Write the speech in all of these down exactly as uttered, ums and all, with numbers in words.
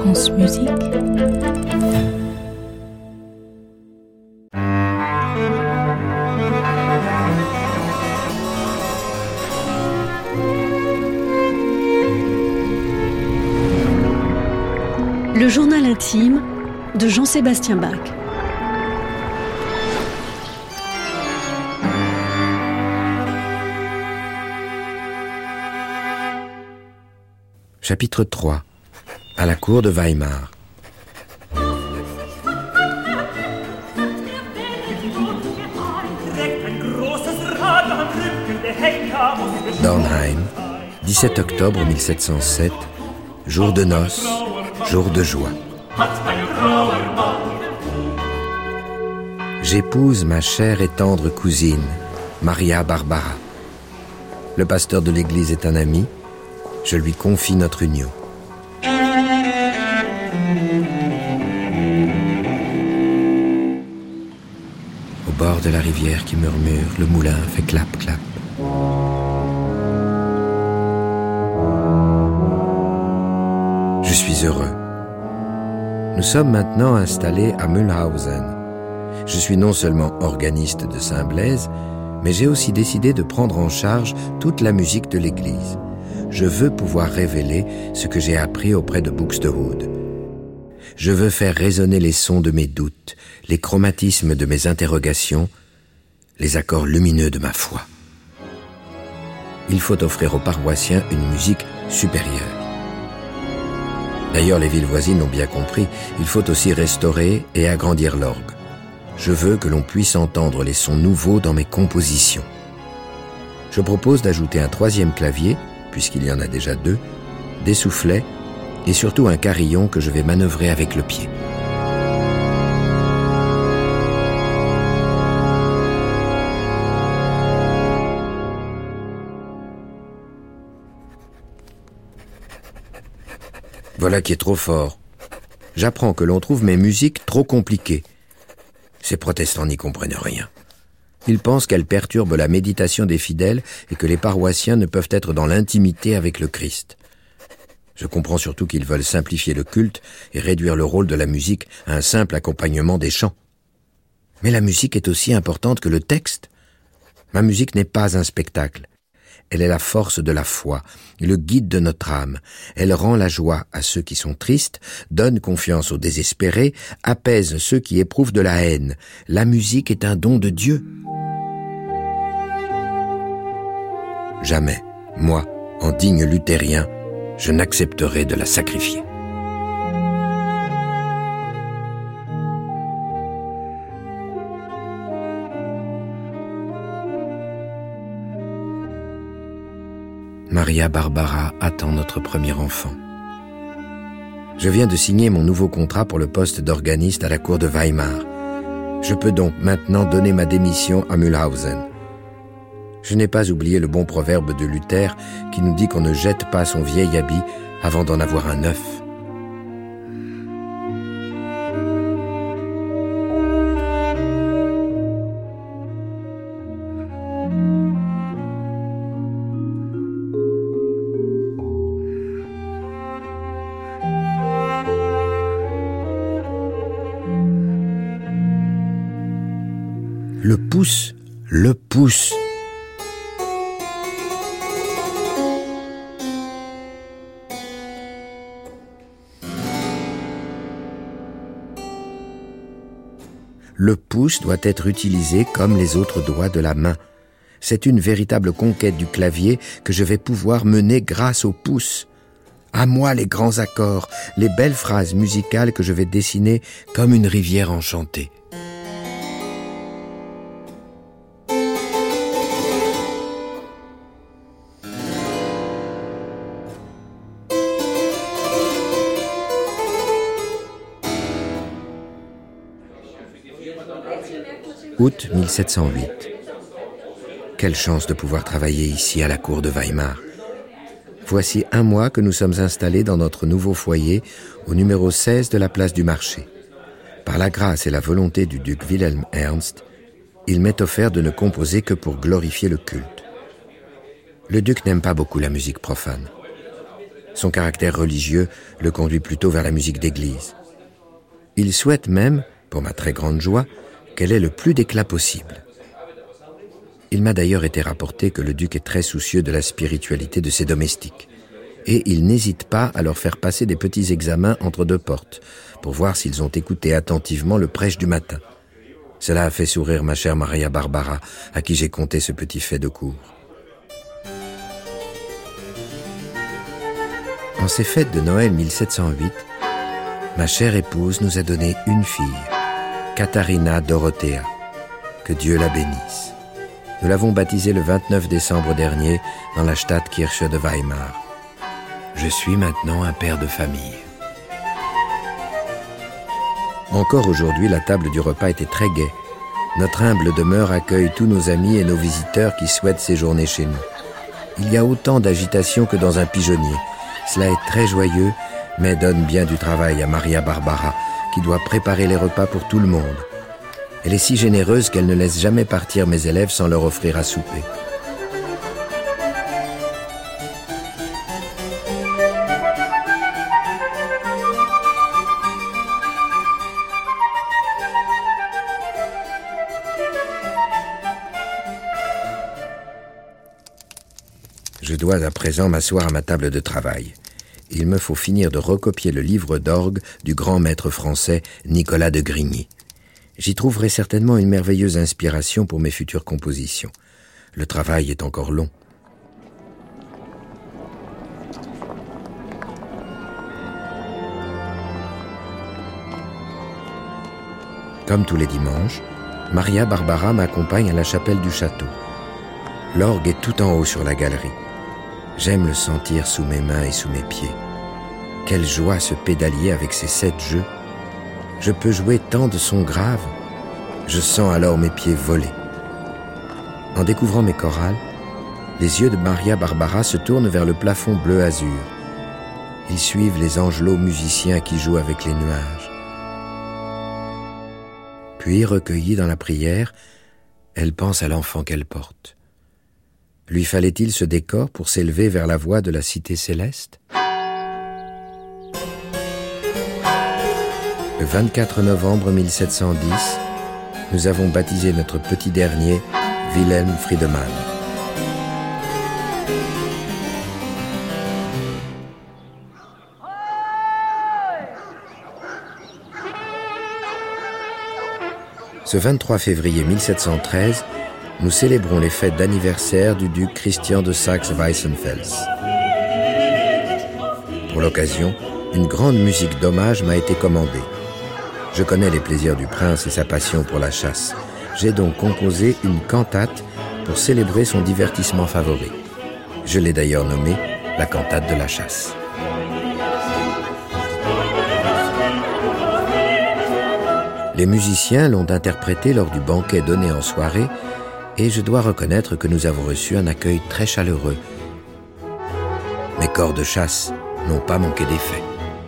France Musique. Le journal intime de Jean-Sébastien Bach. Chapitre trois. À la cour de Weimar. Dornheim, dix-sept octobre mille sept cent sept, jour de noces, jour de joie. J'épouse ma chère et tendre cousine, Maria Barbara. Le pasteur de l'église est un ami, je lui confie notre union. Au bord de la rivière qui murmure, le moulin fait clap-clap. Je suis heureux. Nous sommes maintenant installés à Mühlhausen. Je suis non seulement organiste de Saint-Blaise, mais j'ai aussi décidé de prendre en charge toute la musique de l'église. Je veux pouvoir révéler ce que j'ai appris auprès de Buxtehude. Je veux faire résonner les sons de mes doutes, les chromatismes de mes interrogations, les accords lumineux de ma foi. Il faut offrir aux paroissiens une musique supérieure. D'ailleurs, les villes voisines l'ont bien compris, il faut aussi restaurer et agrandir l'orgue. Je veux que l'on puisse entendre les sons nouveaux dans mes compositions. Je propose d'ajouter un troisième clavier, puisqu'il y en a déjà deux, des soufflets et surtout un carillon que je vais manœuvrer avec le pied. Voilà qui est trop fort. J'apprends que l'on trouve mes musiques trop compliquées. Ces protestants n'y comprennent rien. Ils pensent qu'elles perturbent la méditation des fidèles et que les paroissiens ne peuvent être dans l'intimité avec le Christ. Je comprends surtout qu'ils veulent simplifier le culte et réduire le rôle de la musique à un simple accompagnement des chants. Mais la musique est aussi importante que le texte. Ma musique n'est pas un spectacle. Elle est la force de la foi, le guide de notre âme. Elle rend la joie à ceux qui sont tristes, donne confiance aux désespérés, apaise ceux qui éprouvent de la haine. La musique est un don de Dieu. Jamais, moi, en digne luthérien, je n'accepterai de la sacrifier. Maria Barbara attend notre premier enfant. Je viens de signer mon nouveau contrat pour le poste d'organiste à la cour de Weimar. Je peux donc maintenant donner ma démission à Mühlhausen. Je n'ai pas oublié le bon proverbe de Luther qui nous dit qu'on ne jette pas son vieil habit avant d'en avoir un neuf. Le pouce, le pouce. Le pouce doit être utilisé comme les autres doigts de la main. C'est une véritable conquête du clavier que je vais pouvoir mener grâce au pouce. À moi les grands accords, les belles phrases musicales que je vais dessiner comme une rivière enchantée. Août mille sept cent huit. Quelle chance de pouvoir travailler ici à la cour de Weimar. Voici un mois que nous sommes installés dans notre nouveau foyer au numéro seize de la place du Marché. Par la grâce et la volonté du duc Wilhelm Ernst, il m'est offert de ne composer que pour glorifier le culte. Le duc n'aime pas beaucoup la musique profane. Son caractère religieux le conduit plutôt vers la musique d'église. Il souhaite même, pour ma très grande joie, qu'elle ait le plus d'éclat possible. Il m'a d'ailleurs été rapporté que le duc est très soucieux de la spiritualité de ses domestiques. Et il n'hésite pas à leur faire passer des petits examens entre deux portes, pour voir s'ils ont écouté attentivement le prêche du matin. Cela a fait sourire ma chère Maria Barbara, à qui j'ai conté ce petit fait de cour. En ces fêtes de Noël mille sept cent huit, ma chère épouse nous a donné une fille, Katharina Dorothea, que Dieu la bénisse. Nous l'avons baptisée le vingt-neuf décembre dernier dans la Stadtkirche de Weimar. Je suis maintenant un père de famille. Encore aujourd'hui, la table du repas était très gaie. Notre humble demeure accueille tous nos amis et nos visiteurs qui souhaitent séjourner chez nous. Il y a autant d'agitation que dans un pigeonnier. Cela est très joyeux, mais donne bien du travail à Maria Barbara, qui doit préparer les repas pour tout le monde. Elle est si généreuse qu'elle ne laisse jamais partir mes élèves sans leur offrir à souper. Je dois à présent m'asseoir à ma table de travail. Il me faut finir de recopier le livre d'orgue du grand maître français Nicolas de Grigny. J'y trouverai certainement une merveilleuse inspiration pour mes futures compositions. Le travail est encore long. Comme tous les dimanches, Maria Barbara m'accompagne à la chapelle du château. L'orgue est tout en haut sur la galerie. J'aime le sentir sous mes mains et sous mes pieds. Quelle joie ce pédalier avec ses sept jeux. Je peux jouer tant de sons graves. Je sens alors mes pieds voler. En découvrant mes chorales, les yeux de Maria Barbara se tournent vers le plafond bleu azur. Ils suivent les angelots musiciens qui jouent avec les nuages. Puis, recueillie dans la prière, elle pense à l'enfant qu'elle porte. Lui fallait-il ce décor pour s'élever vers la voie de la cité céleste ? Le vingt-quatre novembre mille sept cent dix, nous avons baptisé notre petit dernier Wilhelm Friedemann. Ce vingt-trois février mille sept cent treize, nous célébrons les fêtes d'anniversaire du duc Christian de Saxe-Weissenfels. Pour l'occasion, une grande musique d'hommage m'a été commandée. Je connais les plaisirs du prince et sa passion pour la chasse. J'ai donc composé une cantate pour célébrer son divertissement favori. Je l'ai d'ailleurs nommée la cantate de la chasse. Les musiciens l'ont interprétée lors du banquet donné en soirée et je dois reconnaître que nous avons reçu un accueil très chaleureux. Mes corps de chasse n'ont pas manqué d'effet.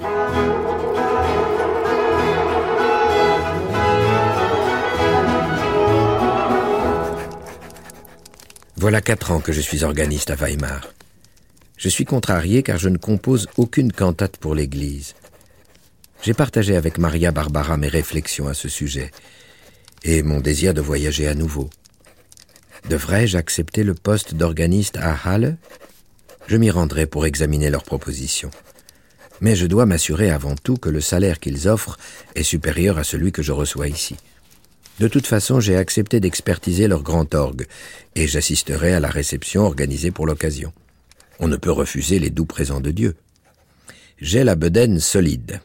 Voilà quatre ans que je suis organiste à Weimar. Je suis contrarié car je ne compose aucune cantate pour l'église. J'ai partagé avec Maria Barbara mes réflexions à ce sujet et mon désir de voyager à nouveau. Devrais-je accepter le poste d'organiste à Halle ? Je m'y rendrai pour examiner leurs propositions. Mais je dois m'assurer avant tout que le salaire qu'ils offrent est supérieur à celui que je reçois ici. De toute façon, j'ai accepté d'expertiser leur grand orgue et j'assisterai à la réception organisée pour l'occasion. On ne peut refuser les doux présents de Dieu. J'ai la bedaine solide.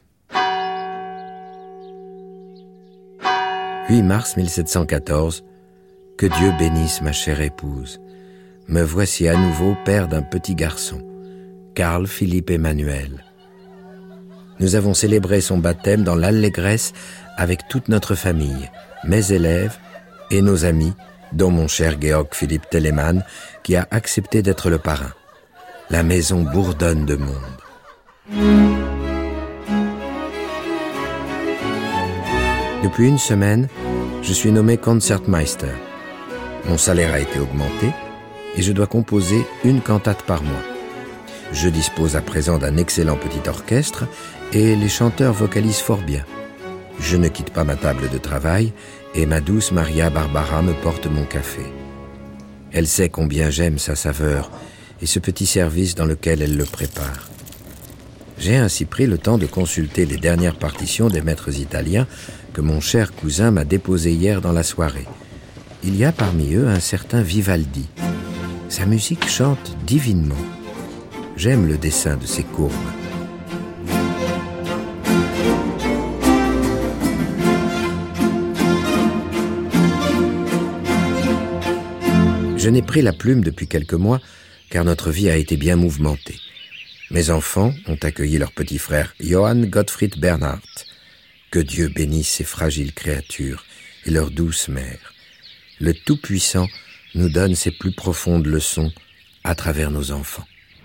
huit mars mille sept cent quatorze, que Dieu bénisse ma chère épouse. Me voici à nouveau père d'un petit garçon, Carl Philippe Emmanuel. Nous avons célébré son baptême dans l'allégresse avec toute notre famille, mes élèves et nos amis, dont mon cher Georg Philipp Telemann, qui a accepté d'être le parrain. La maison bourdonne de monde. Depuis une semaine, je suis nommé Concertmeister. Mon salaire a été augmenté et je dois composer une cantate par mois. Je dispose à présent d'un excellent petit orchestre et les chanteurs vocalisent fort bien. Je ne quitte pas ma table de travail et ma douce Maria Barbara me porte mon café. Elle sait combien j'aime sa saveur et ce petit service dans lequel elle le prépare. J'ai ainsi pris le temps de consulter les dernières partitions des maîtres italiens que mon cher cousin m'a déposées hier dans la soirée. Il y a parmi eux un certain Vivaldi. Sa musique chante divinement. J'aime le dessin de ses courbes. Je n'ai pris la plume depuis quelques mois car notre vie a été bien mouvementée. Mes enfants ont accueilli leur petit frère Johann Gottfried Bernhard. Que Dieu bénisse ces fragiles créatures et leur douce mère. Le Tout-Puissant nous donne ses plus profondes leçons à travers nos enfants.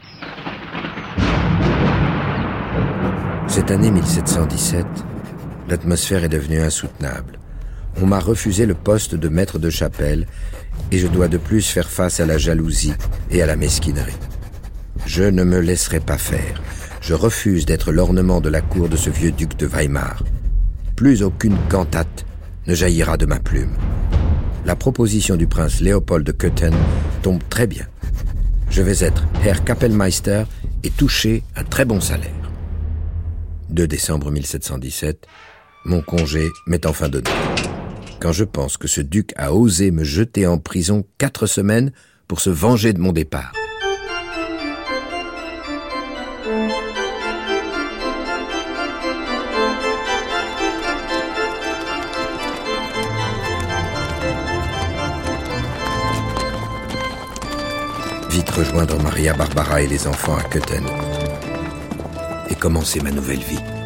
Cette année mille sept cent dix-sept, l'atmosphère est devenue insoutenable. On m'a refusé le poste de maître de chapelle et je dois de plus faire face à la jalousie et à la mesquinerie. Je ne me laisserai pas faire. Je refuse d'être l'ornement de la cour de ce vieux duc de Weimar. Plus aucune cantate ne jaillira de ma plume. La proposition du prince Léopold de Cöthen tombe très bien. Je vais être Herr Kapellmeister et toucher un très bon salaire. deux décembre mille sept cent dix-sept, mon congé m'est enfin donné. Quand je pense que ce duc a osé me jeter en prison quatre semaines pour se venger de mon départ. Vite rejoindre Maria Barbara et les enfants à Cöthen et commencer ma nouvelle vie.